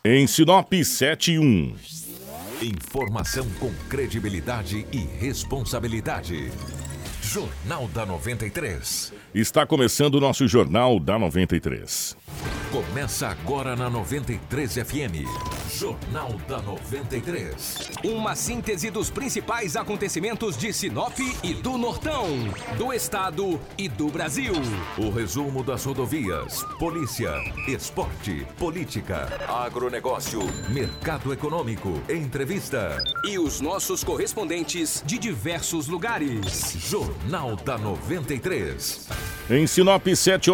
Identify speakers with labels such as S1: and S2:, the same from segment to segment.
S1: Em Sinop 7-1.
S2: Informação com credibilidade e responsabilidade. Jornal da 93.
S1: Está começando o nosso Jornal da 93.
S2: Começa agora na 93 FM. Jornal da 93.
S3: Uma síntese dos principais acontecimentos de Sinop e do Nortão, do estado e do Brasil.
S2: O resumo das rodovias, polícia, esporte, política, agronegócio, mercado econômico, entrevista.
S3: E os nossos correspondentes de diversos lugares.
S2: Jornal da 93.
S1: Em Sinop,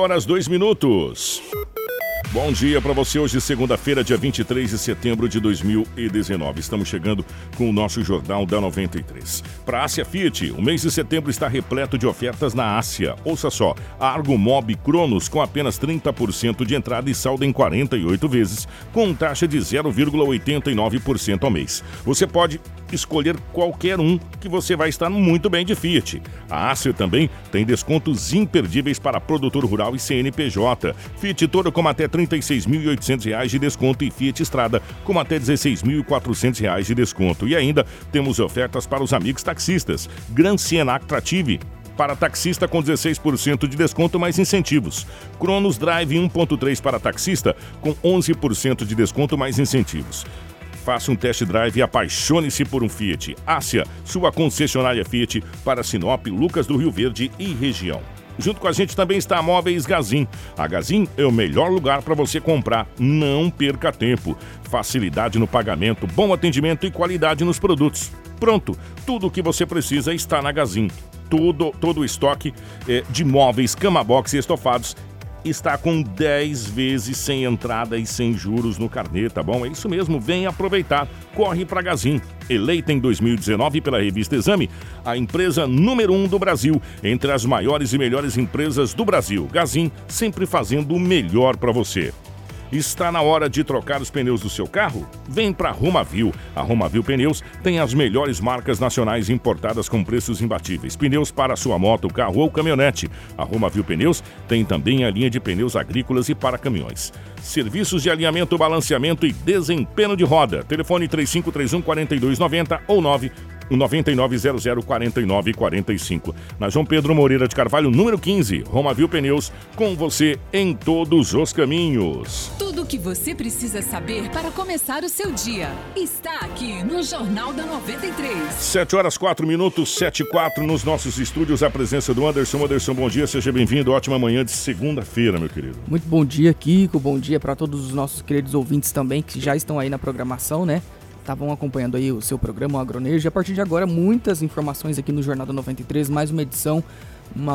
S1: 7h02. Bom dia para você, hoje segunda-feira, dia 23 de setembro de 2019. Estamos chegando com o nosso Jornal da 93. Para a Ásia Fiat, o mês de setembro está repleto de ofertas na Ásia. Ouça só, Argo Mob Cronos com apenas 30% de entrada e saldo em 48 vezes, com taxa de 0,89% ao mês. Você pode escolher qualquer um que você vai estar muito bem de Fiat. A Ásia também tem descontos imperdíveis para produtor rural e CNPJ. Fiat Toro com até R$ 36.800 de desconto e Fiat Strada com até R$ 16.400 de desconto. E ainda temos ofertas para os amigos taxistas. Gran Siena Actrative para taxista com 16% de desconto mais incentivos. Cronos Drive 1.3 para taxista com 11% de desconto mais incentivos. Faça um test drive e apaixone-se por um Fiat. Ásia, sua concessionária Fiat para Sinop, Lucas do Rio Verde e região. Junto com a gente também está a Móveis Gazin. A Gazin é o melhor lugar para você comprar. Não perca tempo. Facilidade no pagamento, bom atendimento e qualidade nos produtos. Pronto, tudo o que você precisa está na Gazin. Todo o estoque de móveis, cama box e estofados está com 10 vezes sem entrada e sem juros no carnê, tá bom? É isso mesmo, vem aproveitar. Corre pra Gazin. Eleita em 2019 pela revista Exame, a empresa número 1 do Brasil, entre as maiores e melhores empresas do Brasil. Gazin, sempre fazendo o melhor pra você. Está na hora de trocar os pneus do seu carro? Vem para a Romavil. A Romavil Pneus tem as melhores marcas nacionais importadas com preços imbatíveis. Pneus para sua moto, carro ou caminhonete. A Romavil Pneus tem também a linha de pneus agrícolas e para caminhões. Serviços de alinhamento, balanceamento e desempenho de roda. Telefone 3531-4290 ou 9900-4945. Na João Pedro Moreira de Carvalho, número 15. Romavil Pneus, com você em todos os caminhos.
S4: Tudo o que você precisa saber para começar o seu dia está aqui no Jornal da 93.
S1: 7h04, 7h04, nos nossos estúdios, a presença do Anderson. Anderson, bom dia, seja bem-vindo. Ótima manhã de segunda-feira, meu querido.
S5: Muito bom dia, Kiko. Bom dia para todos os nossos queridos ouvintes também, que já estão aí na programação, né? Estavam acompanhando aí o seu programa, o Agronejo. E a partir de agora, muitas informações aqui no Jornal da 93, mais uma edição, um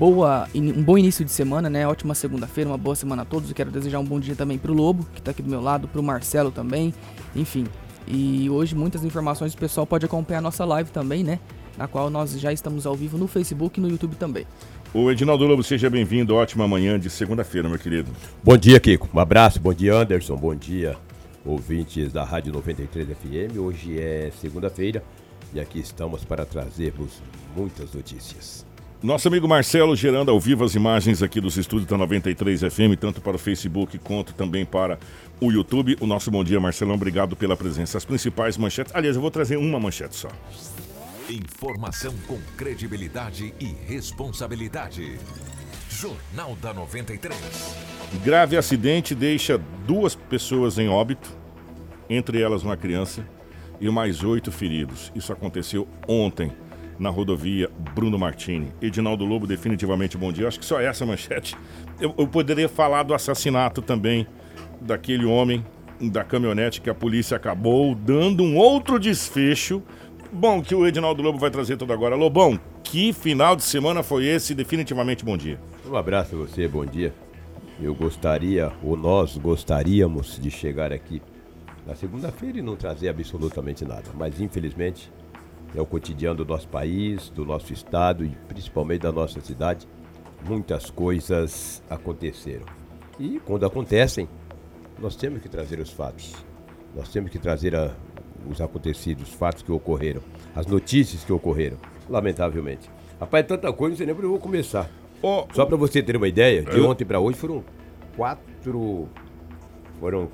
S5: bom início de semana, né? Ótima segunda-feira, uma boa semana a todos. Eu quero desejar um bom dia também pro Lobo, que tá aqui do meu lado, pro Marcelo também, enfim. E hoje muitas informações, o pessoal pode acompanhar a nossa live também, né? Na qual nós já estamos ao vivo no Facebook e no YouTube também.
S1: O Edinaldo Lobo, seja bem-vindo. Ótima manhã de segunda-feira, meu querido.
S6: Bom dia, Kiko. Um abraço, bom dia, Anderson, bom dia, ouvintes da Rádio 93 FM. Hoje é segunda-feira e aqui estamos para trazermos muitas notícias.
S1: Nosso amigo Marcelo gerando ao vivo as imagens aqui dos estúdios da 93 FM, tanto para o Facebook quanto também para o YouTube. O nosso bom dia, Marcelão, obrigado pela presença. As principais manchetes, aliás, eu vou trazer uma manchete só.
S2: Informação com credibilidade e responsabilidade. Jornal da 93.
S1: Grave acidente deixa 2 pessoas em óbito, entre elas uma criança, e mais 8 feridos. Isso aconteceu ontem na rodovia Bruno Martini. Edinaldo Lobo, definitivamente bom dia. Acho que só essa manchete. Eu poderia falar do assassinato também daquele homem da caminhonete que a polícia acabou dando um outro desfecho. Bom, que o Edinaldo Lobo vai trazer tudo agora. Lobão, que final de semana foi esse? Definitivamente bom dia.
S6: Um abraço a você, bom dia. Eu gostaria, ou nós gostaríamos de chegar aqui na segunda-feira e não trazer absolutamente nada. Mas, infelizmente, é o cotidiano do nosso país, do nosso estado e principalmente da nossa cidade. Muitas coisas aconteceram. E, quando acontecem, nós temos que trazer os fatos. Nós temos que trazer os acontecidos, os fatos que ocorreram, as notícias que ocorreram, lamentavelmente. Rapaz, é tanta coisa, não sei nem por onde eu vou começar. Só para você ter uma ideia, de ontem para hoje foram Foram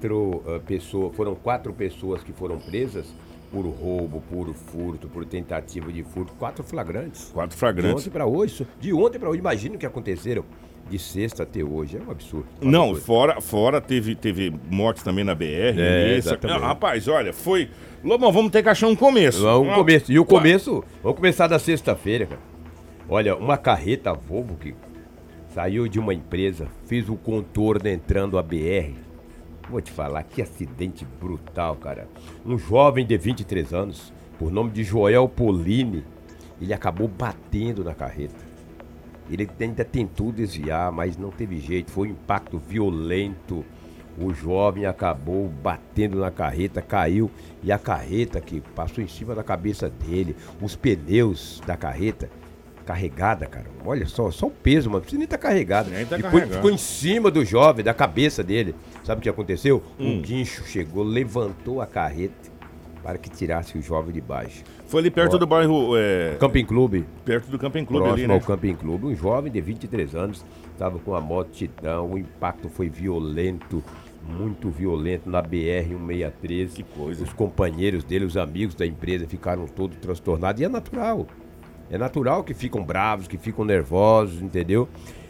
S6: quatro pessoas que foram presas por roubo, por furto, por tentativa de furto. 4 flagrantes.
S1: 4 flagrantes.
S6: De ontem para hoje. Imagina o que aconteceram de sexta até hoje. É um absurdo.
S1: Não, fora teve morte também na BR.
S6: Exatamente.
S1: Rapaz, olha, foi... Lobão, vamos ter que achar um começo.
S6: E o começo, vamos começar da sexta-feira, cara. Olha, uma carreta Volvo que saiu de uma empresa, fez o contorno entrando a BR. Vou te falar, que acidente brutal, cara. Um jovem de 23 anos, por nome de Joel Polini, ele acabou batendo na carreta. Ele ainda tentou desviar, mas não teve jeito, foi um impacto violento. O jovem acabou batendo na carreta, caiu, e a carreta que passou em cima da cabeça dele, os pneus da carreta, carregada, cara. Olha só o peso, mano. Não precisa nem estar carregado. Ficou em cima do jovem, da cabeça dele. Sabe o que aconteceu? Um guincho chegou, levantou a carreta para que tirasse o jovem de baixo.
S1: Foi ali perto do bairro...
S6: Camping Clube.
S1: Perto do Camping Clube
S6: próximo
S1: ali, né?
S6: ao Camping Clube. Um jovem de 23 anos estava com a moto Titã. O impacto foi violento, muito violento na BR-163.
S1: Que coisa.
S6: Os companheiros dele, os amigos da empresa ficaram todos transtornados. E é natural. É natural que ficam bravos, que ficam nervosos, entendeu?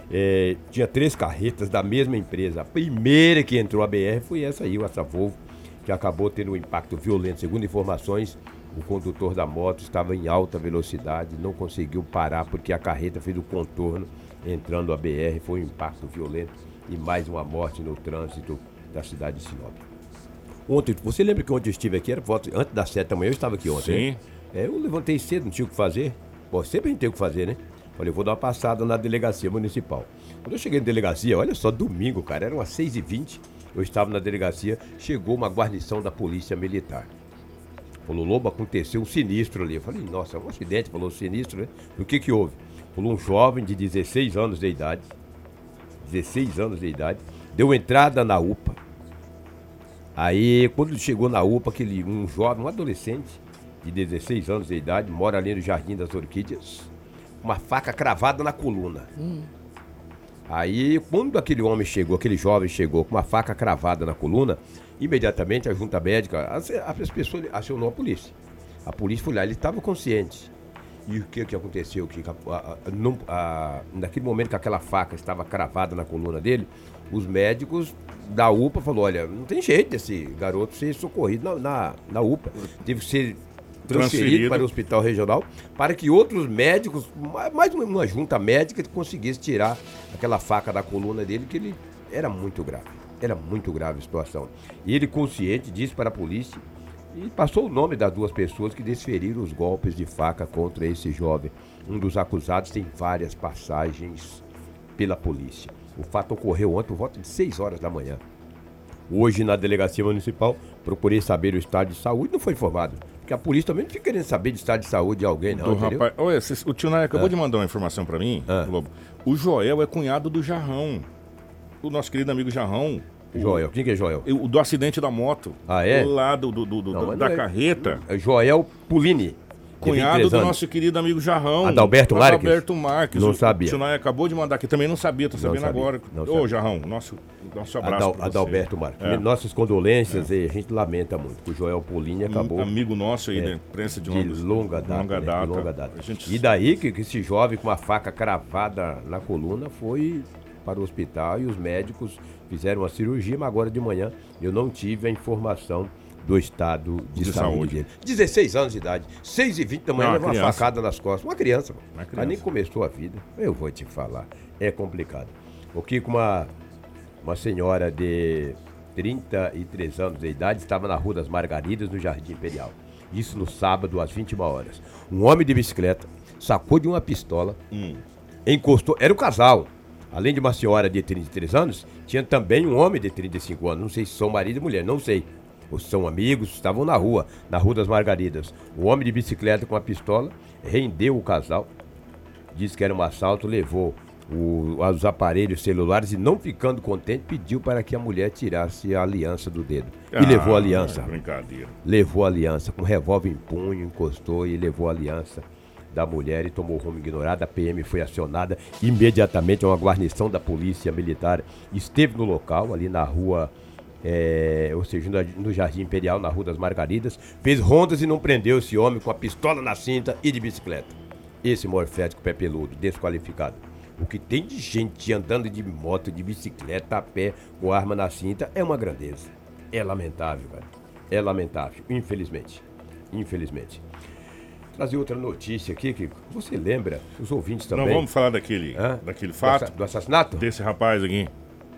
S6: Tinha 3 carretas da mesma empresa. A primeira que entrou a BR foi essa aí, essa Volvo, que acabou tendo um impacto violento. Segundo informações, o condutor da moto estava em alta velocidade, não conseguiu parar porque a carreta fez o contorno entrando a BR. Foi um impacto violento e mais uma morte no trânsito da cidade de Sinop. Ontem, você lembra que ontem eu estive aqui? Era antes das 7 da manhã, eu estava aqui ontem.
S1: Sim.
S6: Eu levantei cedo, não tinha o que fazer. Pô, sempre a gente tem o que fazer, né? Falei, eu vou dar uma passada na delegacia municipal. Quando eu cheguei na delegacia, olha só, domingo, cara, eram as 6h20, eu estava na delegacia, chegou uma guarnição da polícia militar. Falou, Lobo, aconteceu um sinistro ali. Eu falei, nossa, um acidente, falou sinistro, né? O que houve? Falou, um jovem de 16 anos de idade, deu entrada na UPA. Aí, quando chegou na UPA, um jovem, um adolescente, de 16 anos de idade, mora ali no Jardim das Orquídeas, uma faca cravada na coluna. Aí, quando aquele jovem chegou com uma faca cravada na coluna, imediatamente a junta médica, as pessoas acionou a polícia. A polícia foi lá, ele estava consciente. E o que aconteceu? Naquele momento que aquela faca estava cravada na coluna dele, os médicos da UPA falaram, olha, não tem jeito desse garoto ser socorrido na UPA. Teve que ser transferido para o hospital regional, para que outros médicos, mais uma junta médica, conseguisse tirar aquela faca da coluna dele, que ele era muito grave a situação. E ele, consciente, disse para a polícia e passou o nome das 2 pessoas que desferiram os golpes de faca contra esse jovem. Um dos acusados tem várias passagens pela polícia. O fato ocorreu ontem por volta de 6 horas da manhã. Hoje, na delegacia municipal, procurei saber o estado de saúde, não foi informado. Porque a polícia também não fica querendo saber do estado de saúde de alguém, não, entendeu?
S1: Rapaz, olha, o tio Nai acabou de mandar uma informação pra mim, Lobo. O Joel é cunhado do Jarrão. O nosso querido amigo Jarrão.
S6: Joel, quem que é Joel?
S1: O do acidente da moto.
S6: Ah, é?
S1: Do lado da carreta.
S6: É Joel Polini.
S1: Cunhado do nosso querido amigo Jarrão.
S6: Adalberto Marques?
S1: Adalberto Marques.
S6: Não sabia.
S1: O tio Nai acabou de mandar aqui, também não sabia, tô sabendo agora. Ô, Jarrão, nosso abraço pra
S6: Adalberto Marques. Nossas condolências e a gente lamenta muito que o Joel Polini acabou...
S1: amigo nosso aí da imprensa de
S6: longa data. E daí que esse jovem com uma faca cravada na coluna foi para o hospital e os médicos fizeram uma cirurgia, mas agora de manhã eu não tive a informação do estado de saúde dele. 16 anos de idade, 6h20 da manhã, leva uma facada nas costas. Uma criança, mano. Mas nem começou a vida. Eu vou te falar, é complicado. O Kiko, uma senhora de 33 anos de idade, estava na Rua das Margaridas, no Jardim Imperial. Isso no sábado, às 21 horas. Um homem de bicicleta sacou de uma pistola, encostou, era um casal. Além de uma senhora de 33 anos, tinha também um homem de 35 anos. Não sei se são marido e mulher, não sei. Ou são amigos, estavam na Rua das Margaridas. O homem de bicicleta com a pistola rendeu o casal, disse que era um assalto, levou os aparelhos celulares e, não ficando contente, pediu para que a mulher tirasse a aliança do dedo. E levou a aliança.
S1: Brincadeira.
S6: Levou a aliança, com um revólver em punho, encostou e levou a aliança da mulher e tomou rumo ignorado. A PM foi acionada imediatamente. Uma guarnição da polícia militar esteve no local, ali na rua ou seja, no Jardim Imperial, na Rua das Margaridas, fez rondas e não prendeu esse homem com a pistola na cinta e de bicicleta. Esse morfético pé peludo, desqualificado. O que tem de gente andando de moto, de bicicleta, a pé, com arma na cinta, é uma grandeza. É lamentável, cara. É lamentável, infelizmente. Infelizmente. Trazer outra notícia aqui, que você lembra, os ouvintes também.
S1: Não, vamos falar daquele fato.
S6: Do assassinato?
S1: Desse rapaz aqui.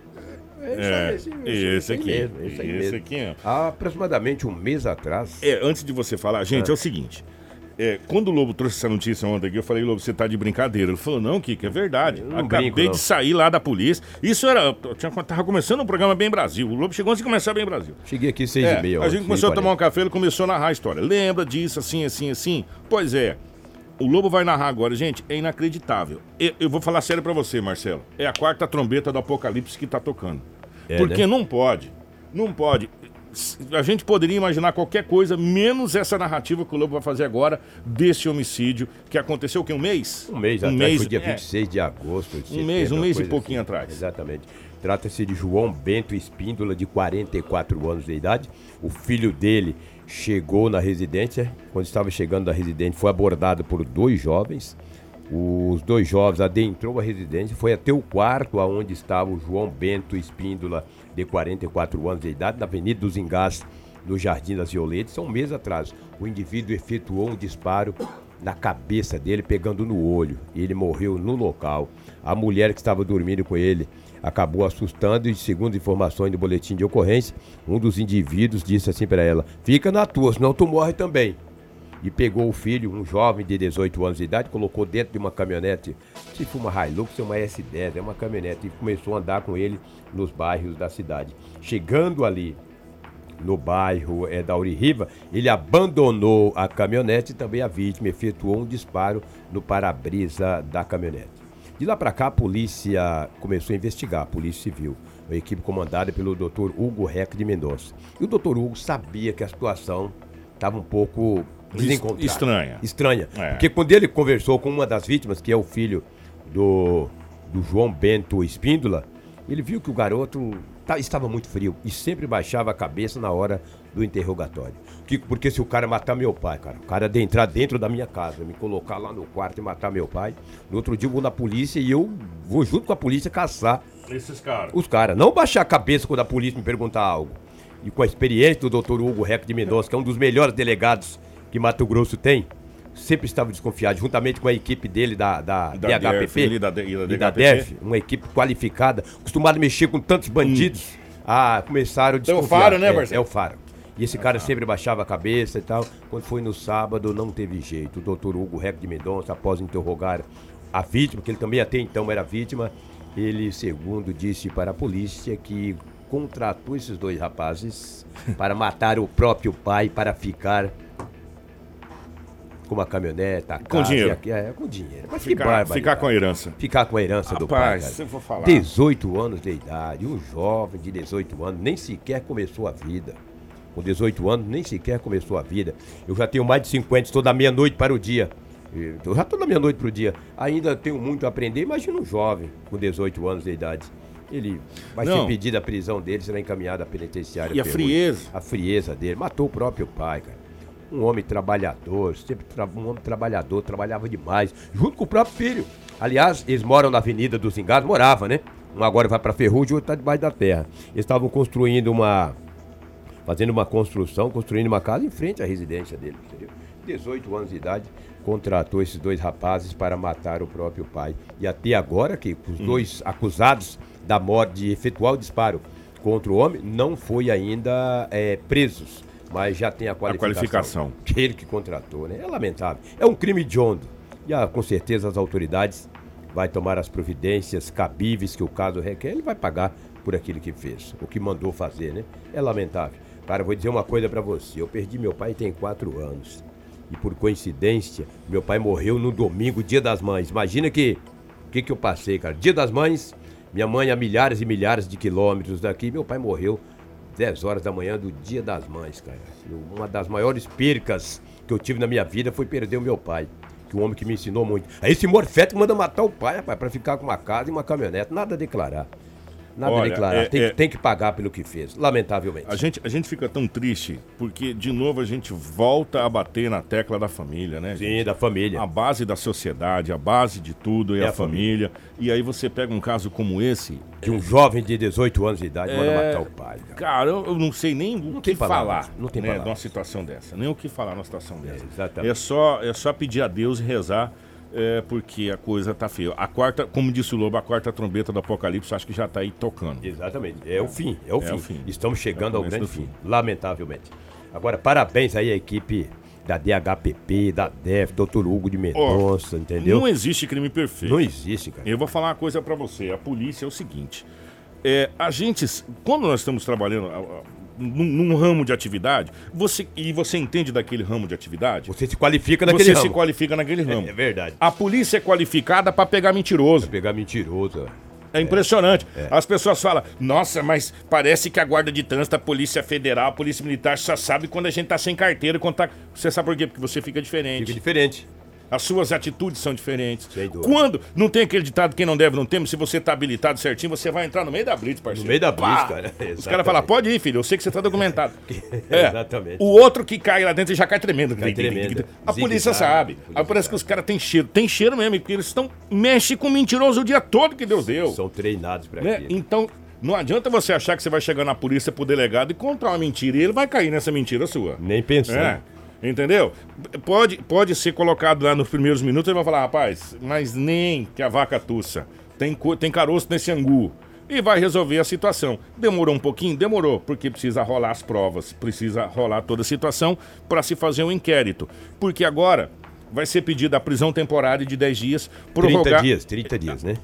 S1: Esse aqui.
S6: Esse aqui. Há aproximadamente um mês atrás.
S1: Antes de você falar, gente, é o seguinte. Quando o Lobo trouxe essa notícia ontem aqui, eu falei, Lobo, você tá de brincadeira. Ele falou, não, Kiko, é verdade. Acabei de sair lá da polícia. Isso tava começando um programa Bem Brasil. O Lobo chegou antes de começar Bem Brasil.
S6: Cheguei aqui 6h30.
S1: A gente começou a tomar um café, ele começou a narrar a história. Lembra disso, assim, assim, assim? Pois é. O Lobo vai narrar agora, gente, é inacreditável. Eu vou falar sério pra você, Marcelo. É a quarta trombeta do Apocalipse que tá tocando. Porque não pode. A gente poderia imaginar qualquer coisa, menos essa narrativa que o Lobo vai fazer agora desse homicídio que aconteceu o quê? Um mês?
S6: Um mês atrás, foi dia 26 de agosto.
S1: Um mês e pouquinho assim. Atrás.
S6: Exatamente. Trata-se de João Bento Espíndola, de 44 anos de idade. O filho dele chegou na residência. Quando estava chegando na residência, foi abordado por 2 jovens. Os 2 jovens adentrou a residência, foi até o quarto onde estava o João Bento Espíndola, de 44 anos de idade, na Avenida dos Engás, no Jardim das Violetas. Um mês atrás, o indivíduo efetuou um disparo na cabeça dele, pegando no olho. Ele morreu no local. A mulher que estava dormindo com ele acabou assustando e, segundo informações do boletim de ocorrência, um dos indivíduos disse assim para ela: fica na tua, senão tu morre também. E pegou o filho, um jovem de 18 anos de idade, colocou dentro de uma caminhonete, tipo uma Hilux, uma S10, uma caminhonete, e começou a andar com ele nos bairros da cidade. Chegando ali no bairro da Auririva, ele abandonou a caminhonete e também a vítima efetuou um disparo no para-brisa da caminhonete. De lá para cá, a polícia começou a investigar, a Polícia Civil, uma equipe comandada pelo Dr. Hugo Reck de Mendonça. E o Dr. Hugo sabia que a situação estava um pouco estranha. Porque quando ele conversou com uma das vítimas, que é o filho do João Bento Espíndola, ele viu que o garoto estava muito frio e sempre baixava a cabeça na hora do interrogatório. Porque se o cara matar meu pai, o cara entrar dentro da minha casa, me colocar lá no quarto e matar meu pai, no outro dia eu vou na polícia e eu vou junto com a polícia caçar
S1: esses caras.
S6: Os caras. Não baixar a cabeça quando a polícia me perguntar algo. E com a experiência do Dr. Hugo Reck de Mendonça, que é um dos melhores delegados que Mato Grosso tem, sempre estava desconfiado, juntamente com a equipe dele da DHPP e da DERF, uma equipe qualificada, acostumada a mexer com tantos bandidos, começaram a desconfiar.
S1: É o Faro, né, Marcelo?
S6: É o Faro. E esse cara sempre baixava a cabeça e tal. Quando foi no sábado, não teve jeito. O Dr. Hugo Reck de Mendonça, após interrogar a vítima, que ele também até então era vítima, ele, segundo disse para a polícia, que contratou esses 2 rapazes para matar o próprio pai, para ficar com uma caminhonete, a casa,
S1: com dinheiro.
S6: Com dinheiro. Mas
S1: ficar com a herança.
S6: Ficar com a herança do pai.
S1: Se eu for falar.
S6: 18 anos de idade, um jovem de 18 anos, nem sequer começou a vida. Com 18 anos, nem sequer começou a vida. Eu já tenho mais de 50, estou da meia-noite para o dia. Eu já estou da meia-noite para o dia. Ainda tenho muito a aprender. Imagina um jovem com 18 anos de idade. Ele vai ser pedido a prisão dele, será encaminhado à penitenciária.
S1: E a frieza?
S6: A frieza dele. Matou o próprio pai, cara. Um homem trabalhador, trabalhava demais, junto com o próprio filho. Aliás, eles moram na Avenida dos Engás, morava, né? Um agora vai pra Ferrugem, o outro tá debaixo da terra. Eles estavam construindo fazendo uma construção, construindo uma casa em frente à residência dele, entendeu? 18 anos de idade, contratou esses 2 rapazes para matar o próprio pai. E até agora, que os 2 acusados da morte de efetuar o disparo contra o homem, não foi ainda presos. Mas já tem a qualificação. Ele que contratou, né? É lamentável. É um crime hediondo. E com certeza as autoridades vão tomar as providências cabíveis que o caso requer. Ele vai pagar por aquilo que fez, o que mandou fazer, né? É lamentável. Cara, vou dizer uma coisa pra você. Eu perdi meu pai tem 4 anos. E por coincidência, meu pai morreu no domingo, Dia das Mães. Imagina que eu passei, cara. Dia das Mães, minha mãe a milhares e milhares de quilômetros daqui. Meu pai morreu 10 horas da manhã do Dia das Mães, cara. Uma das maiores percas que eu tive na minha vida foi perder o meu pai, que é um homem que me ensinou muito. Aí esse morfético manda matar o pai, rapaz, pra ficar com uma casa e uma caminhonete, nada a declarar. Nada
S1: Olha,
S6: a declarar. Tem que pagar pelo que fez, lamentavelmente.
S1: A gente fica tão triste porque, de novo, a gente volta a bater na tecla da família, né?
S6: Sim, da família.
S1: A base da sociedade, a base de tudo é a família. E aí você pega um caso como esse...
S6: De um jovem de 18 anos de idade manda matar o pai.
S1: Cara, eu não sei nem o que falar,
S6: não tem
S1: né, numa situação dessa. Nem o que falar numa situação dessa.
S6: Exatamente.
S1: É só pedir a Deus e rezar, porque a coisa tá feia. A quarta, como disse o Lobo, a quarta trombeta do Apocalipse, acho que já tá aí tocando.
S6: Exatamente. É o fim. Estamos chegando
S1: É o
S6: ao grande
S1: fim.
S6: fim, lamentavelmente. Agora, parabéns aí à equipe da DHPP, da DEF, Dr. Hugo de Mendonça, entendeu?
S1: Não existe crime perfeito.
S6: Não existe, cara.
S1: Eu vou falar uma coisa pra você. A polícia é o seguinte. A gente, quando nós estamos trabalhando num ramo de atividade, você entende daquele ramo de atividade,
S6: Você se qualifica naquele ramo.
S1: Você se qualifica naquele ramo.
S6: É verdade.
S1: A polícia é qualificada pra pegar mentiroso.
S6: Pegar mentiroso.
S1: É impressionante. As pessoas falam, nossa, mas parece que a guarda de trânsito, a polícia federal, a polícia militar só sabe quando a gente tá sem carteira. Quando tá... Você sabe por quê? Porque você fica diferente.
S6: Fica diferente.
S1: As suas atitudes são diferentes.
S6: Sem dúvida.
S1: Quando não tem aquele ditado, quem não deve não teme, se você tá habilitado certinho, você vai entrar no meio da blitz, parceiro.
S6: No meio da blitz,
S1: Pá!
S6: cara.
S1: Os caras
S6: Exatamente.
S1: falam, pode ir, filho, eu sei que você tá documentado.
S6: Exatamente.
S1: O outro que cai lá dentro já cai tremendo.
S6: Cai tremendo.
S1: A polícia
S6: Zigue-zague,
S1: sabe.
S6: polícia
S1: Aí parece
S6: sabe.
S1: que os caras têm cheiro. Tem cheiro mesmo, porque eles mexem com mentiroso o dia todo que Deus deu.
S6: São treinados pra
S1: Né?
S6: aquilo.
S1: Então, não adianta você achar que você vai chegar na polícia pro delegado e contar uma mentira e ele vai cair nessa mentira sua.
S6: Nem pensando.
S1: Entendeu? Pode ser colocado lá nos primeiros minutos e vai falar, rapaz, mas nem que a vaca tussa. Tem caroço nesse angu. E vai resolver a situação. Demorou um pouquinho? Demorou, porque precisa rolar as provas, precisa rolar toda a situação para se fazer um inquérito. Porque agora vai ser pedida a prisão temporária de 10 dias, prorrogar...
S6: 30 dias, né?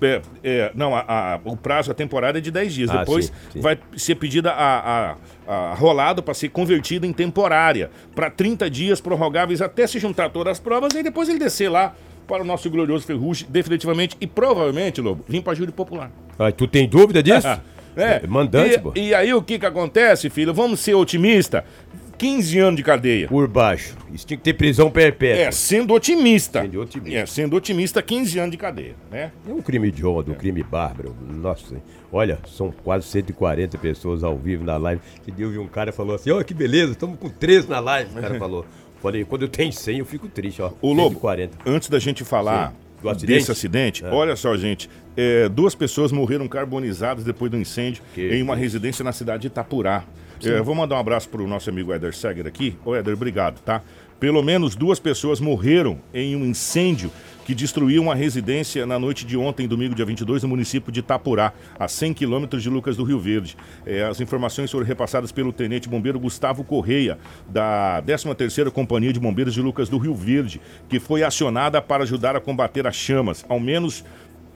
S1: O prazo, a temporada é de 10 dias.
S6: Ah,
S1: Depois
S6: sim.
S1: vai ser pedida a rolado para ser convertida em temporária, para 30 dias prorrogáveis até se juntar todas as provas e depois ele descer lá para o nosso glorioso Ferrugem, definitivamente, e provavelmente, Lobo, vir para júri popular.
S6: Tu tem dúvida disso?
S1: Mandante,
S6: pô.
S1: E aí o que acontece, filho? Vamos ser otimistas. 15 anos de cadeia.
S6: Por baixo. Isso tinha que ter prisão perpétua.
S1: Sendo otimista.
S6: Sendo otimista.
S1: 15 anos de cadeia, né?
S6: É um crime hediondo, um crime bárbaro. Nossa, olha, são quase 140 pessoas ao vivo na live. Esse dia eu vi um cara falou assim, que beleza, estamos com 13 na live. O cara falou. Falei, quando eu tenho 100 eu fico triste, ó.
S1: O Lobo,
S6: 140.
S1: antes da gente falar desse acidente, olha só, gente, 2 pessoas morreram carbonizadas depois do incêndio em uma residência na cidade de Itapurá. Vou mandar um abraço pro nosso amigo Éder Seger aqui. Ô Éder, obrigado, tá? Pelo menos 2 pessoas morreram em um incêndio que destruiu uma residência na noite de ontem, domingo, dia 22, no município de Itapurá, a 100 quilômetros de Lucas do Rio Verde. As informações foram repassadas pelo tenente bombeiro Gustavo Correia, da 13ª Companhia de Bombeiros de Lucas do Rio Verde, que foi acionada para ajudar a combater as chamas. Ao menos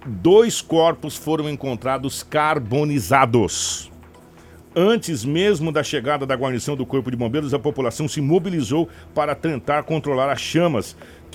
S1: 2 corpos foram encontrados carbonizados. Antes mesmo da chegada da guarnição do Corpo de Bombeiros, a população se mobilizou para tentar controlar as chamas,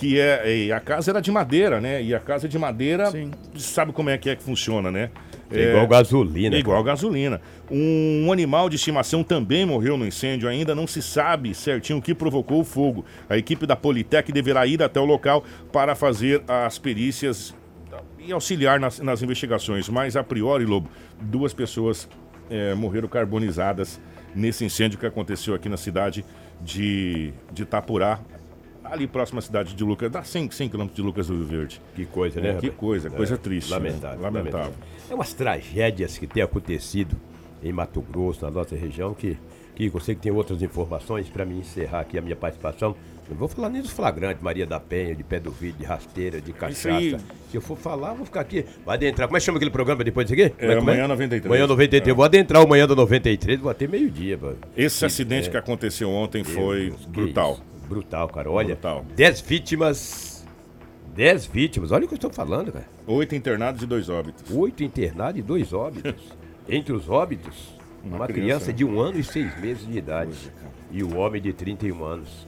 S1: a casa era de madeira, né? E a casa de madeira, sabe como é que funciona, né?
S6: É igual gasolina.
S1: É igual gasolina. Um animal de estimação também morreu no incêndio. Ainda não se sabe certinho o que provocou o fogo. A equipe da Politec deverá ir até o local para fazer as perícias e auxiliar nas investigações. Mas, a priori, Lobo, 2 pessoas morreram carbonizadas nesse incêndio que aconteceu aqui na cidade de Itapurá, ali próxima à cidade de Lucas, dá 100 quilômetros de Lucas do Rio Verde.
S6: Que coisa, né?
S1: Que coisa triste.
S6: Lamentável,
S1: né? Lamentável.
S6: É umas tragédias que têm acontecido em Mato Grosso, na nossa região, que você que tem outras informações para mim encerrar aqui a minha participação. Não vou falar nem dos flagrantes, Maria da Penha, de Pé do Vidro, de Rasteira, de Cachaça. Se eu for falar, vou ficar aqui. Vai adentrar. Como é que chama aquele programa depois disso aqui?
S1: Manhã 93.
S6: Manhã 93. Eu vou adentrar o Manhã do 93, vou até meio-dia, mano.
S1: Esse acidente que aconteceu ontem foi brutal.
S6: Brutal, cara. Olha,
S1: brutal.
S6: 10 vítimas. 10 vítimas. Olha o que eu estou falando, cara.
S1: 8 internados e 2 óbitos.
S6: 8 internados e 2 óbitos. Entre os óbitos, uma criança de 1 ano e 6 meses de idade. E o homem de 31 anos.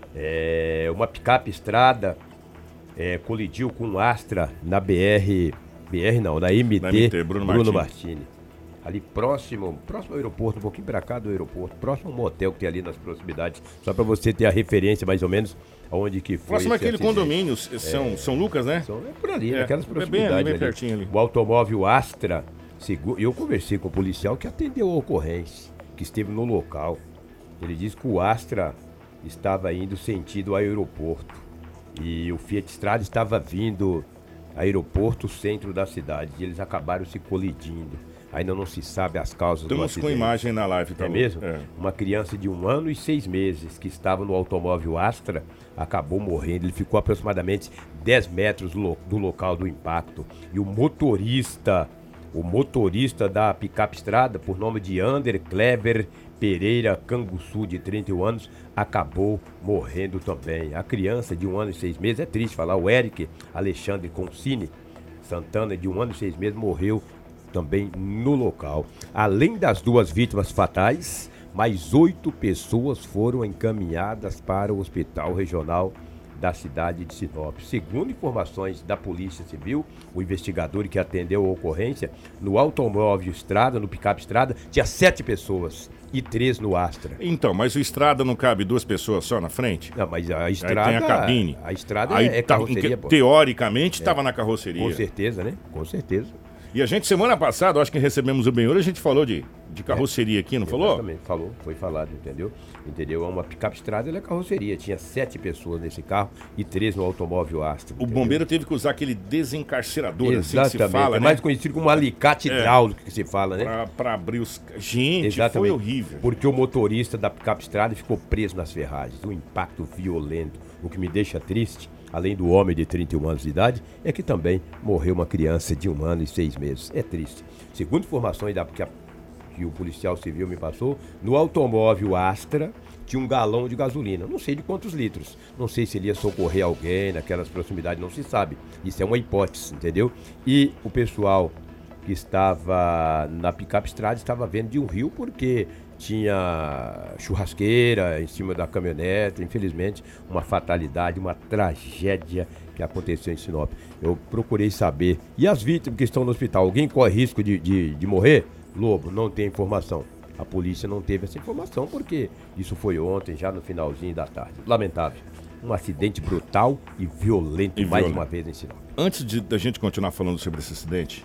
S6: Uma picape estrada colidiu com um Astra na na MT Bruno Martini. Ali próximo ao aeroporto, um pouquinho pra cá do aeroporto, próximo ao motel que tem ali nas proximidades, só pra você ter a referência mais ou menos aonde que foi.
S1: Próximo àquele condomínio, São Lucas, né?
S6: Por ali, naquelas proximidades.
S1: Bem pertinho ali.
S6: O automóvel Astra Eu conversei com o policial que atendeu a ocorrência, que esteve no local. Ele disse que o Astra estava indo sentido ao aeroporto e o Fiat Strada estava vindo aeroporto centro da cidade e eles acabaram se colidindo. Ainda não se sabe as causas do acidente.
S1: Estamos com imagem na live também.
S6: É mesmo? É. Uma criança de 1 ano e 6 meses que estava no automóvel Astra acabou morrendo. Ele ficou aproximadamente 10 metros do local do impacto. E o motorista da picape Strada, por nome de Ander Clever Pereira Canguçu, de 31 anos, acabou morrendo também. A criança de 1 ano e 6 meses, é triste falar, o Eric Alexandre Concini Santana, de 1 ano e 6 meses, morreu também no local. Além das 2 vítimas fatais, mais 8 pessoas foram encaminhadas para o Hospital Regional da cidade de Sinop. Segundo informações da Polícia Civil, o investigador que atendeu a ocorrência, no automóvel Strada, no picape Strada, tinha 7 pessoas e 3 no Astra.
S1: Então, mas o Strada não cabe 2 pessoas só na frente?
S6: Não, mas a Strada...
S1: Aí tem a cabine.
S6: A Strada
S1: aí
S6: é carroceria,
S1: teoricamente estava na carroceria.
S6: Com certeza, né? Com certeza.
S1: E a gente, semana passada, acho que recebemos o Benhur, a gente falou de carroceria aqui, não falou?
S6: Exatamente, falou, foi falado, entendeu? Entendeu? Uma picape Strada, ela é carroceria. Tinha 7 pessoas nesse carro e 3 no automóvel Astra.
S1: O bombeiro teve que usar aquele desencarcerador,
S6: exatamente,
S1: assim que se fala,
S6: é mais conhecido como alicate hidráulico que se fala, né?
S1: Pra abrir os... Gente,
S6: exatamente,
S1: foi horrível.
S6: Porque o motorista da picape Strada ficou preso nas ferragens. Um impacto violento. O que me deixa triste, além do homem de 31 anos de idade, é que também morreu uma criança de 1 ano e 6 meses. É triste. Segundo informações que o policial civil me passou, no automóvel Astra tinha um galão de gasolina. Não sei de quantos litros. Não sei se ele ia socorrer alguém naquelas proximidades, não se sabe. Isso é uma hipótese, entendeu? E o pessoal que estava na picape Strada estava vendo de um rio porque tinha churrasqueira em cima da caminhonete. Infelizmente, uma fatalidade, uma tragédia que aconteceu em Sinop. Eu procurei saber. E as vítimas que estão no hospital? Alguém corre risco de morrer? Lobo, não tem informação. A polícia não teve essa informação porque isso foi ontem, já no finalzinho da tarde. Lamentável. Um acidente brutal e violento, mais uma vez em Sinop.
S1: Antes da gente continuar falando sobre esse acidente,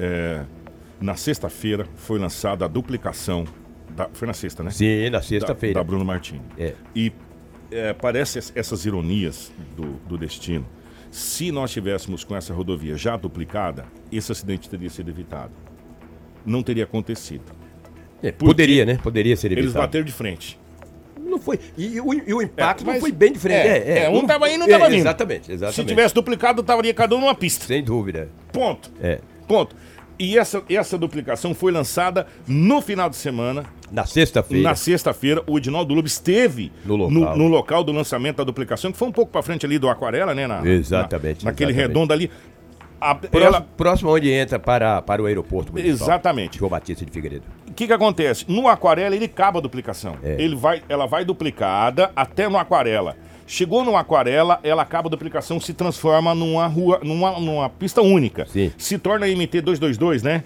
S1: na sexta-feira foi lançada a duplicação. Foi na sexta, né?
S6: Sim, na sexta-feira.
S1: Da Bruno Martini. E parece essas ironias do destino. Se nós tivéssemos com essa rodovia já duplicada, esse acidente teria sido evitado. Não teria acontecido.
S6: Poderia, né? Poderia ser evitado.
S1: Eles bateram de frente.
S6: Não foi. E o impacto não foi bem de frente.
S1: Um estava indo, não estava vindo.
S6: Exatamente.
S1: Se tivesse duplicado, estaria cada um numa pista.
S6: Sem dúvida.
S1: Ponto. Ponto. E essa duplicação foi lançada no final de semana.
S6: Na sexta-feira.
S1: Na sexta-feira, o Edinaldo Lobo esteve no local do lançamento da duplicação, que foi um pouco para frente ali do Aquarela, né?
S6: Exatamente.
S1: Naquele redondo ali.
S6: Próximo onde entra para o aeroporto municipal.
S1: Exatamente.
S6: João Batista de Figueiredo.
S1: O que acontece? No Aquarela, ele acaba a duplicação. Ela vai duplicada até no Aquarela. Chegou no Aquarela, ela acaba a duplicação, se transforma numa pista única.
S6: Sim.
S1: Se torna MT 222, né?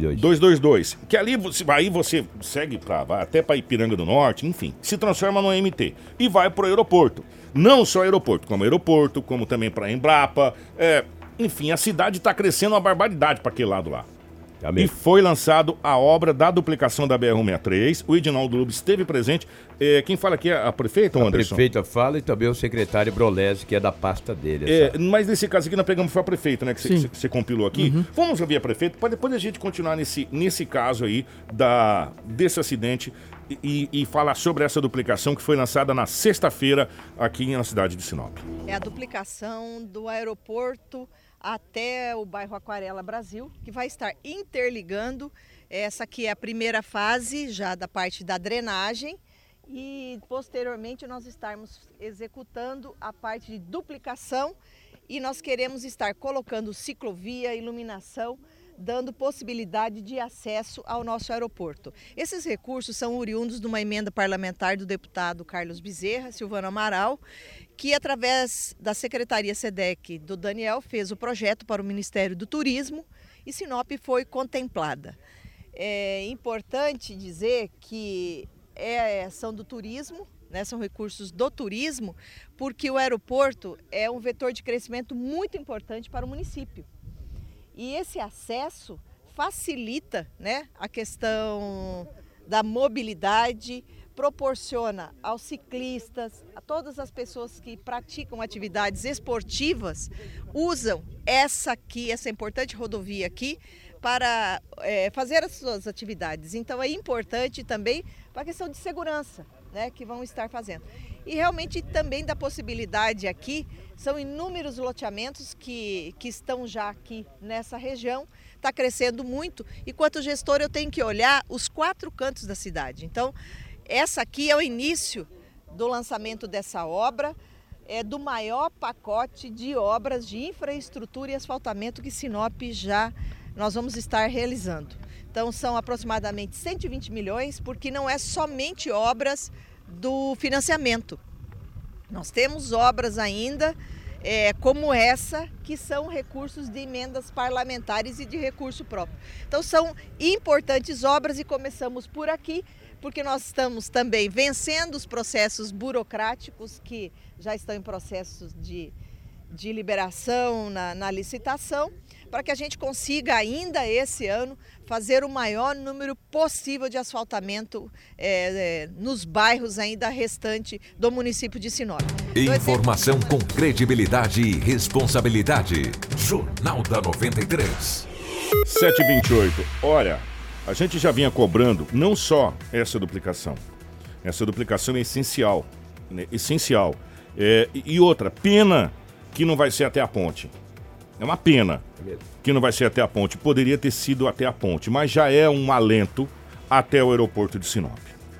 S1: 222. Que ali você segue vai até para Ipiranga do Norte, enfim. Se transforma no MT. E vai para o aeroporto. Não só aeroporto, como também para Embrapa. Enfim, a cidade está crescendo uma barbaridade para aquele lado lá. E foi lançado a obra da duplicação da BR-163. O Edinaldo Lobo esteve presente. Quem fala aqui é a prefeita, Anderson?
S6: A prefeita fala e também o secretário Brolese, que é da pasta dele.
S1: Mas nesse caso aqui nós pegamos foi a prefeita, né? Que você compilou aqui. Uhum. Vamos ouvir a prefeita para depois a gente continuar nesse caso aí desse acidente e falar sobre essa duplicação que foi lançada na sexta-feira aqui na cidade de Sinop.
S7: É a duplicação do aeroporto até o bairro Aquarela Brasil, que vai estar interligando. Essa aqui é a primeira fase já da parte da drenagem e posteriormente nós estarmos executando a parte de duplicação e nós queremos estar colocando ciclovia, iluminação, dando possibilidade de acesso ao nosso aeroporto. Esses recursos são oriundos de uma emenda parlamentar do deputado Carlos Bezerra, Silvano Amaral, que através da Secretaria SEDEC do Daniel fez o projeto para o Ministério do Turismo e Sinop foi contemplada. É importante dizer que é ação do turismo, né, são recursos do turismo, porque o aeroporto é um vetor de crescimento muito importante para o município. E esse acesso facilita, né, a questão da mobilidade, proporciona aos ciclistas, a todas as pessoas que praticam atividades esportivas, usam essa importante rodovia aqui para fazer as suas atividades. Então é importante também para a questão de segurança, né, que vão estar fazendo. E realmente também da possibilidade aqui, são inúmeros loteamentos que estão já aqui nessa região, está crescendo muito, e quanto gestor eu tenho que olhar os 4 cantos da cidade. Então, essa aqui é o início do lançamento dessa obra, do maior pacote de obras de infraestrutura e asfaltamento que Sinop nós vamos estar realizando. Então são aproximadamente 120 milhões, porque não é somente obras do financiamento. Nós temos obras ainda como essa, que são recursos de emendas parlamentares e de recurso próprio. Então são importantes obras e começamos por aqui, porque nós estamos também vencendo os processos burocráticos que já estão em processos de liberação na licitação, para que a gente consiga ainda esse ano fazer o maior número possível de asfaltamento nos bairros ainda restantes do município de Sinop.
S2: Informação com credibilidade e responsabilidade. Jornal da 93.
S1: 7h28. Olha, a gente já vinha cobrando não só essa duplicação. Essa duplicação é essencial, né? Essencial. E outra, pena que não vai ser até a ponte. É uma pena que não vai ser até a ponte. Poderia ter sido até a ponte, mas já é um alento até o aeroporto de Sinop.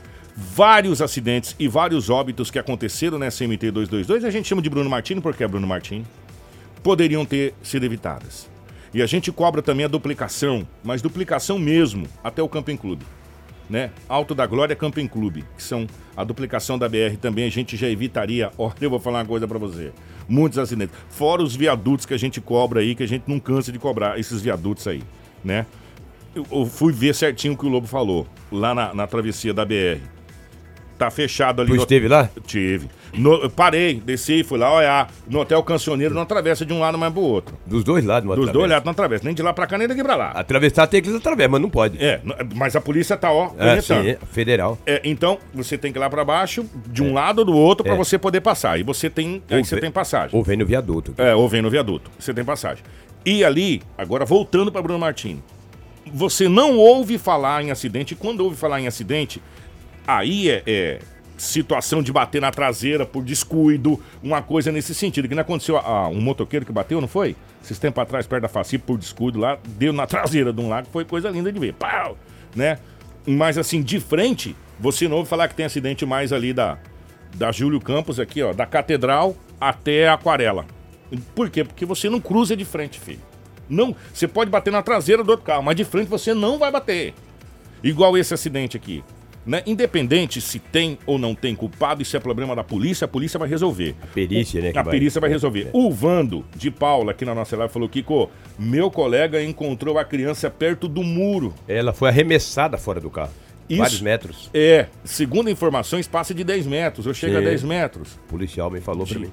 S1: Vários acidentes e vários óbitos que aconteceram nessa MT 222, a gente chama de Bruno Martini porque é Bruno Martini, poderiam ter sido evitadas. E a gente cobra também a duplicação, mas duplicação mesmo, até o Camping Clube, né? Alto da Glória, Camping Clube, que são a duplicação da BR também, a gente já evitaria. Olha, eu vou falar uma coisa pra você, muitos acidentes, fora os viadutos que a gente cobra aí, que a gente não cansa de cobrar, esses viadutos aí, né? Eu fui ver certinho o que o Lobo falou, lá na travessia da BR. Tá fechado ali.
S6: Tu esteve lá?
S1: Tive. Eu parei, desci, fui lá olhar. No Hotel Cancioneiro não atravessa de um lado mais pro outro.
S6: Dos dois lados não atravessa.
S1: Dos dois lados não atravessa, nem de lá pra cá, nem daqui pra lá.
S6: Atravessar tem que atravessar, mas não pode.
S1: Mas a polícia tá,
S6: sim, federal.
S1: Então, você tem que ir lá pra baixo, de um lado ou do outro, pra você poder passar. E você tem, aí você tem passagem.
S6: Ou vem no viaduto.
S1: Ou vem no viaduto, você tem passagem. E ali, agora voltando pra Bruno Martini, você não ouve falar em acidente, e quando ouve falar em acidente, aí situação de bater na traseira por descuido, uma coisa nesse sentido, que não aconteceu um motoqueiro que bateu, não foi? Esses tempos atrás, perto da Facipe, por descuido lá, deu na traseira de um lago, foi coisa linda de ver, pau, né? Mas assim, de frente, você não ouve falar que tem acidente mais ali da Júlio Campos aqui, ó, da Catedral até a Aquarela. Por quê? Porque você não cruza de frente, filho. Não, você pode bater na traseira do outro carro, mas de frente você não vai bater. Igual esse acidente aqui. Né? Independente se tem ou não tem culpado, isso é problema da polícia, a polícia vai resolver.
S6: A perícia, né?
S1: Perícia vai resolver. O Vando de Paula, aqui na nossa live, falou: Kiko, meu colega encontrou a criança perto do muro. Ela foi arremessada fora do carro. Vários metros. Segundo informações, passa de 10 metros, ou chega a 10 metros. O policial me falou pra mim.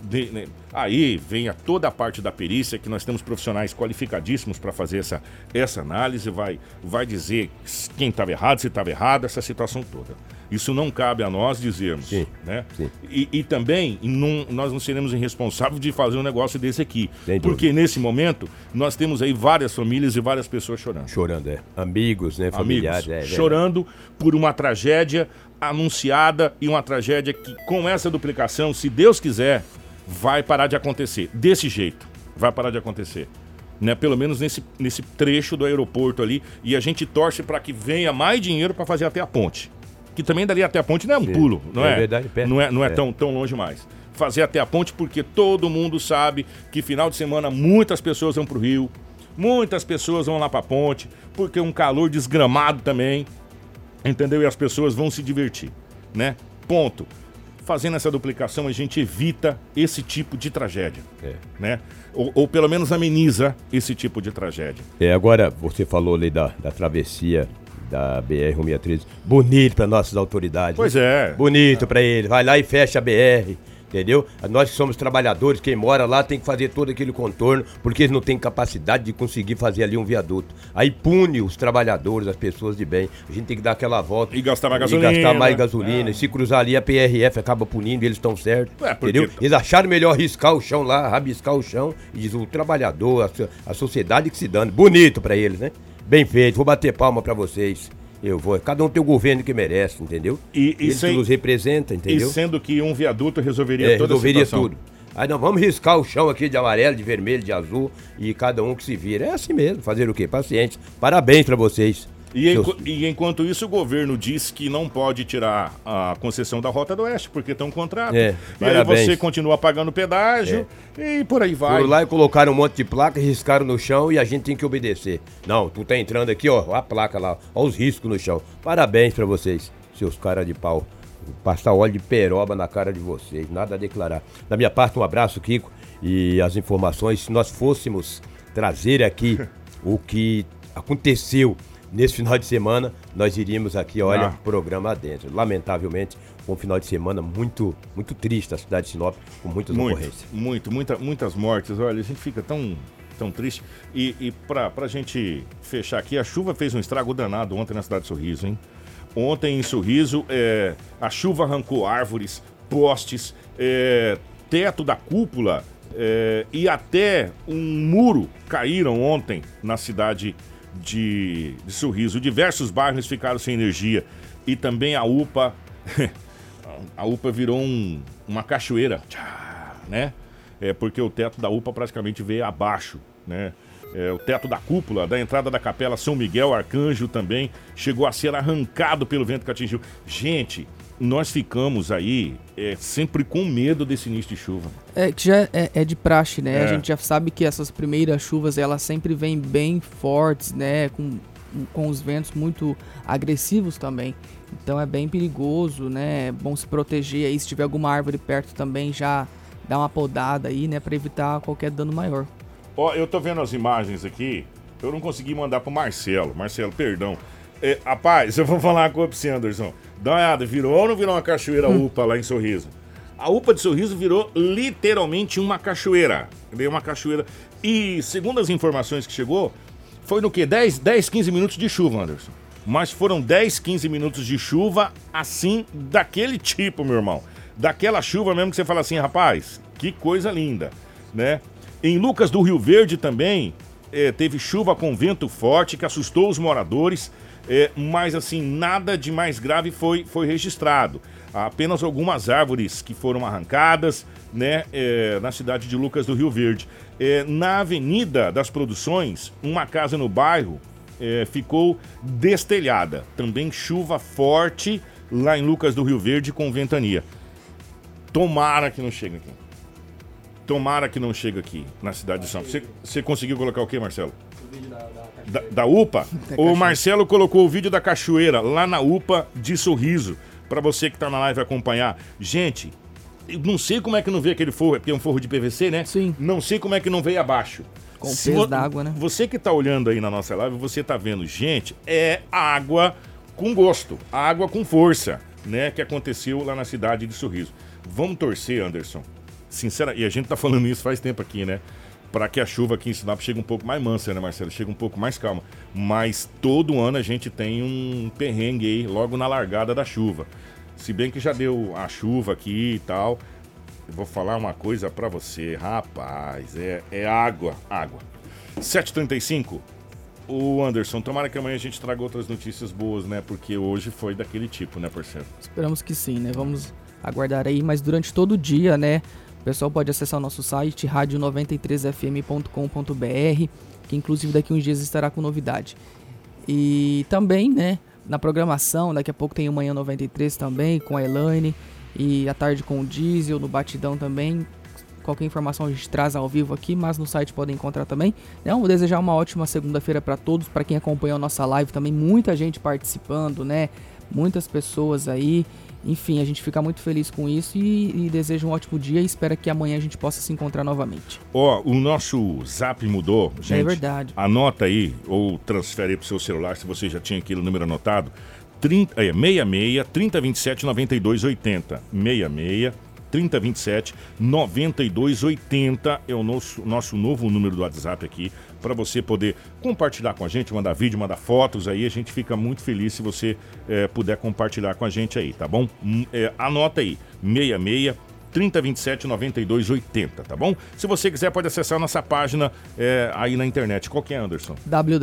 S1: Aí vem toda a parte da perícia, que nós temos profissionais qualificadíssimos para fazer essa análise, vai dizer quem estava errado, se estava errado, essa situação toda. Isso não cabe a nós dizermos, né? Sim. E também nós não seremos irresponsáveis de fazer um negócio desse aqui, porque nesse momento nós temos aí várias famílias e várias pessoas chorando. Chorando, amigos, né? Familiares. Chorando por uma tragédia anunciada e uma tragédia que, com essa duplicação, se Deus quiser, vai parar de acontecer. Desse jeito, vai parar de acontecer. Né? Pelo menos nesse trecho do aeroporto ali. E a gente torce para que venha mais dinheiro para fazer até a ponte. Que também dali até a ponte não é um pulo, não é? Verdade, perto. Não é tão longe mais. Fazer até a ponte porque todo mundo sabe que final de semana muitas pessoas vão pro Rio, muitas pessoas vão lá pra ponte, porque é um calor desgramado também, entendeu? E as pessoas vão se divertir, né? Ponto. Fazendo essa duplicação, a gente evita esse tipo de tragédia, né? Ou pelo menos ameniza esse tipo de tragédia.
S6: Agora, você falou ali da travessia da BR-163, bonito para nossas autoridades.
S1: Pois é.
S6: Bonito para eles, vai lá e fecha a BR, entendeu? Nós que somos trabalhadores, quem mora lá tem que fazer todo aquele contorno, porque eles não têm capacidade de conseguir fazer ali um viaduto. Aí pune os trabalhadores, as pessoas de bem. A gente tem que dar aquela volta.
S1: E gastar mais gasolina.
S6: E gastar mais gasolina. E se cruzar ali, a PRF acaba punindo e eles estão certos, entendeu? Eles acharam melhor riscar o chão lá, rabiscar o chão, e diz o trabalhador, a sociedade que se dane. Bonito pra eles, né? Bem feito, vou bater palma pra vocês. Eu vou. Cada um tem o governo que merece, entendeu? Eles que nos representam, entendeu?
S1: E sendo que um viaduto resolveria toda a situação.
S6: Tudo. Aí nós vamos riscar o chão aqui de amarelo, de vermelho, de azul, e cada um que se vira. É assim mesmo, fazer o quê? Paciente. Parabéns pra vocês.
S1: E enquanto isso, o governo diz que não pode tirar a concessão da Rota do Oeste, porque tem um contrato. E aí você continua pagando pedágio e por aí vai.
S6: Foram lá e colocaram um monte de placa, riscaram no chão e a gente tem que obedecer. Não, tu tá entrando aqui, ó a placa lá, ó os riscos no chão. Parabéns pra vocês, seus caras de pau. Passar óleo de peroba na cara de vocês, nada a declarar. Da minha parte, um abraço, Kiko, e as informações. Se nós fôssemos trazer aqui o que aconteceu nesse final de semana, nós iríamos aqui, olha, programa adentro. Lamentavelmente, um final de semana muito triste a cidade de Sinop, com muitas ocorrências.
S1: Muitas mortes. Olha, a gente fica tão triste. E pra gente fechar aqui, a chuva fez um estrago danado ontem na cidade de Sorriso, hein? Ontem em Sorriso, a chuva arrancou árvores, postes, teto da cúpula e até um muro caíram ontem na cidade de Sorriso. Diversos bairros ficaram sem energia e também a UPA virou uma cachoeira, né? Porque o teto da UPA praticamente veio abaixo, né? O teto da cúpula da entrada da Capela São Miguel Arcanjo também chegou a ser arrancado pelo vento que atingiu. Gente, nós ficamos aí sempre com medo desse início de chuva.
S5: Que já é de praxe, né? A gente já sabe que essas primeiras chuvas, elas sempre vêm bem fortes, né? Com os ventos muito agressivos também. Então é bem perigoso, né? É bom se proteger aí. Se tiver alguma árvore perto também, já dá uma podada aí, né? Para evitar qualquer dano maior.
S1: Ó, eu tô vendo as imagens aqui. Eu não consegui mandar pro Marcelo. Marcelo, perdão. Rapaz, eu vou falar com você, Anderson. Dá uma olhada, virou ou não virou uma cachoeira UPA lá em Sorriso? A UPA de Sorriso virou literalmente uma cachoeira. Veio uma cachoeira. E segundo as informações que chegou, foi no quê? 10, 15 minutos de chuva, Anderson. Mas foram 10, 15 minutos de chuva assim, daquele tipo, meu irmão. Daquela chuva mesmo que você fala assim, rapaz, que coisa linda, né? Em Lucas do Rio Verde também teve chuva com vento forte que assustou os moradores, mas assim, nada de mais grave foi registrado. Apenas algumas árvores que foram arrancadas, né, na cidade de Lucas do Rio Verde. Na Avenida das Produções, uma casa no bairro ficou destelhada. Também chuva forte lá em Lucas do Rio Verde com ventania. Tomara que não chegue aqui. Tomara que não chegue aqui na cidade de São Paulo. Você conseguiu colocar o quê, Marcelo? O vídeo da UPA? O Marcelo colocou o vídeo da cachoeira lá na UPA de Sorriso, para você que tá na live acompanhar. Gente, eu não sei como é que não veio aquele forro, porque é um forro de PVC, né?
S5: Sim.
S1: Não sei como é que não veio abaixo.
S5: Com o peso d'água, né?
S1: Você que tá olhando aí na nossa live, você tá vendo, gente, é água com gosto, água com força, né? Que aconteceu lá na cidade de Sorriso. Vamos torcer, Anderson. Sincera, e a gente tá falando isso faz tempo aqui, né? Para que a chuva aqui em Sinop chegue um pouco mais mansa, né, Marcelo? Chega um pouco mais calma. Mas todo ano a gente tem um perrengue aí, logo na largada da chuva. Se bem que já deu a chuva aqui e tal. Eu vou falar uma coisa para você, rapaz. É água. 7h35. O Anderson, tomara que amanhã a gente traga outras notícias boas, né? Porque hoje foi daquele tipo, né, parceiro?
S5: Esperamos que sim, né? Vamos aguardar aí, mas durante todo o dia, né? O pessoal pode acessar o nosso site, radio93fm.com.br, que inclusive daqui uns dias estará com novidade. E também, né, na programação, daqui a pouco tem o Manhã 93 também, com a Elaine, e à tarde com o Diesel, no Batidão também. Qualquer informação a gente traz ao vivo aqui, mas no site podem encontrar também. Vou desejar uma ótima segunda-feira para todos, para quem acompanhou a nossa live também, muita gente participando, né, muitas pessoas aí. Enfim, a gente fica muito feliz com isso e deseja um ótimo dia e espera que amanhã a gente possa se encontrar novamente.
S1: O nosso zap mudou, gente.
S5: É verdade.
S1: Anota aí, ou transfere aí pro seu celular, se você já tinha aquele número anotado. 66 3027 9280. 66 3027-9280 é o nosso novo número do WhatsApp aqui, para você poder compartilhar com a gente, mandar vídeo, mandar fotos aí. A gente fica muito feliz se você puder compartilhar com a gente aí, tá bom? Anota aí, 66-3027-9280, tá bom? Se você quiser, pode acessar a nossa página aí na internet. Qual que é, Anderson?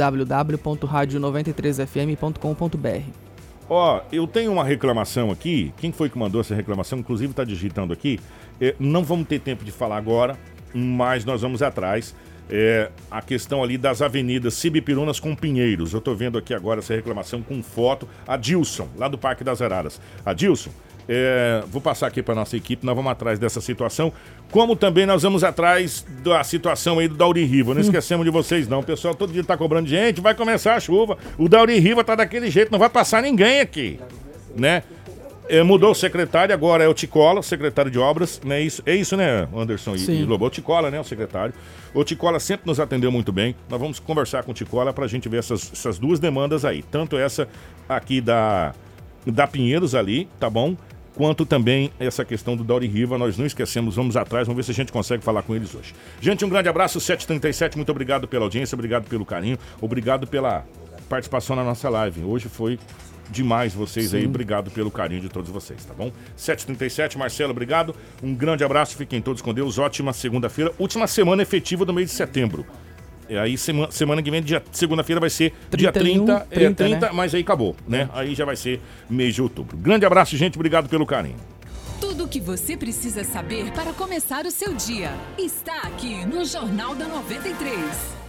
S5: www.radio93fm.com.br.
S1: Ó, eu tenho uma reclamação aqui. Quem foi que mandou essa reclamação? Inclusive está digitando aqui. Não vamos ter tempo de falar agora, mas nós vamos atrás. A questão ali das avenidas Cibipirunas com Pinheiros. Eu estou vendo aqui agora essa reclamação com foto. Adilson, lá do Parque das Araras. Adilson, vou passar aqui para nossa equipe, nós vamos atrás dessa situação, como também nós vamos atrás da situação aí do Dauri Riva. Não esquecemos de vocês não, o pessoal todo dia tá cobrando gente, vai começar a chuva, o Dauri Riva tá daquele jeito, não vai passar ninguém aqui, né? Mudou o secretário, agora é o Ticola, secretário de obras, né? É isso, né, Anderson e Lobo? O Ticola, né, o secretário. O Ticola sempre nos atendeu muito bem. Nós vamos conversar com o Ticola pra gente ver essas duas demandas aí, tanto essa aqui da Pinheiros ali, tá bom? Quanto também essa questão do Dauri Riva, nós não esquecemos, vamos atrás, vamos ver se a gente consegue falar com eles hoje. Gente, um grande abraço, 7h37, muito obrigado pela audiência, obrigado pelo carinho, obrigado pela participação na nossa live. Hoje foi demais vocês aí, obrigado pelo carinho de todos vocês, tá bom? 7h37, Marcelo, obrigado, um grande abraço, fiquem todos com Deus, ótima segunda-feira, última semana efetiva do mês de setembro. Aí semana que vem, segunda-feira vai ser dia 30, né? Mas aí acabou, né? Aí já vai ser mês de outubro. Grande abraço, gente, obrigado pelo carinho.
S4: Tudo o que você precisa saber para começar o seu dia está aqui no Jornal da 93.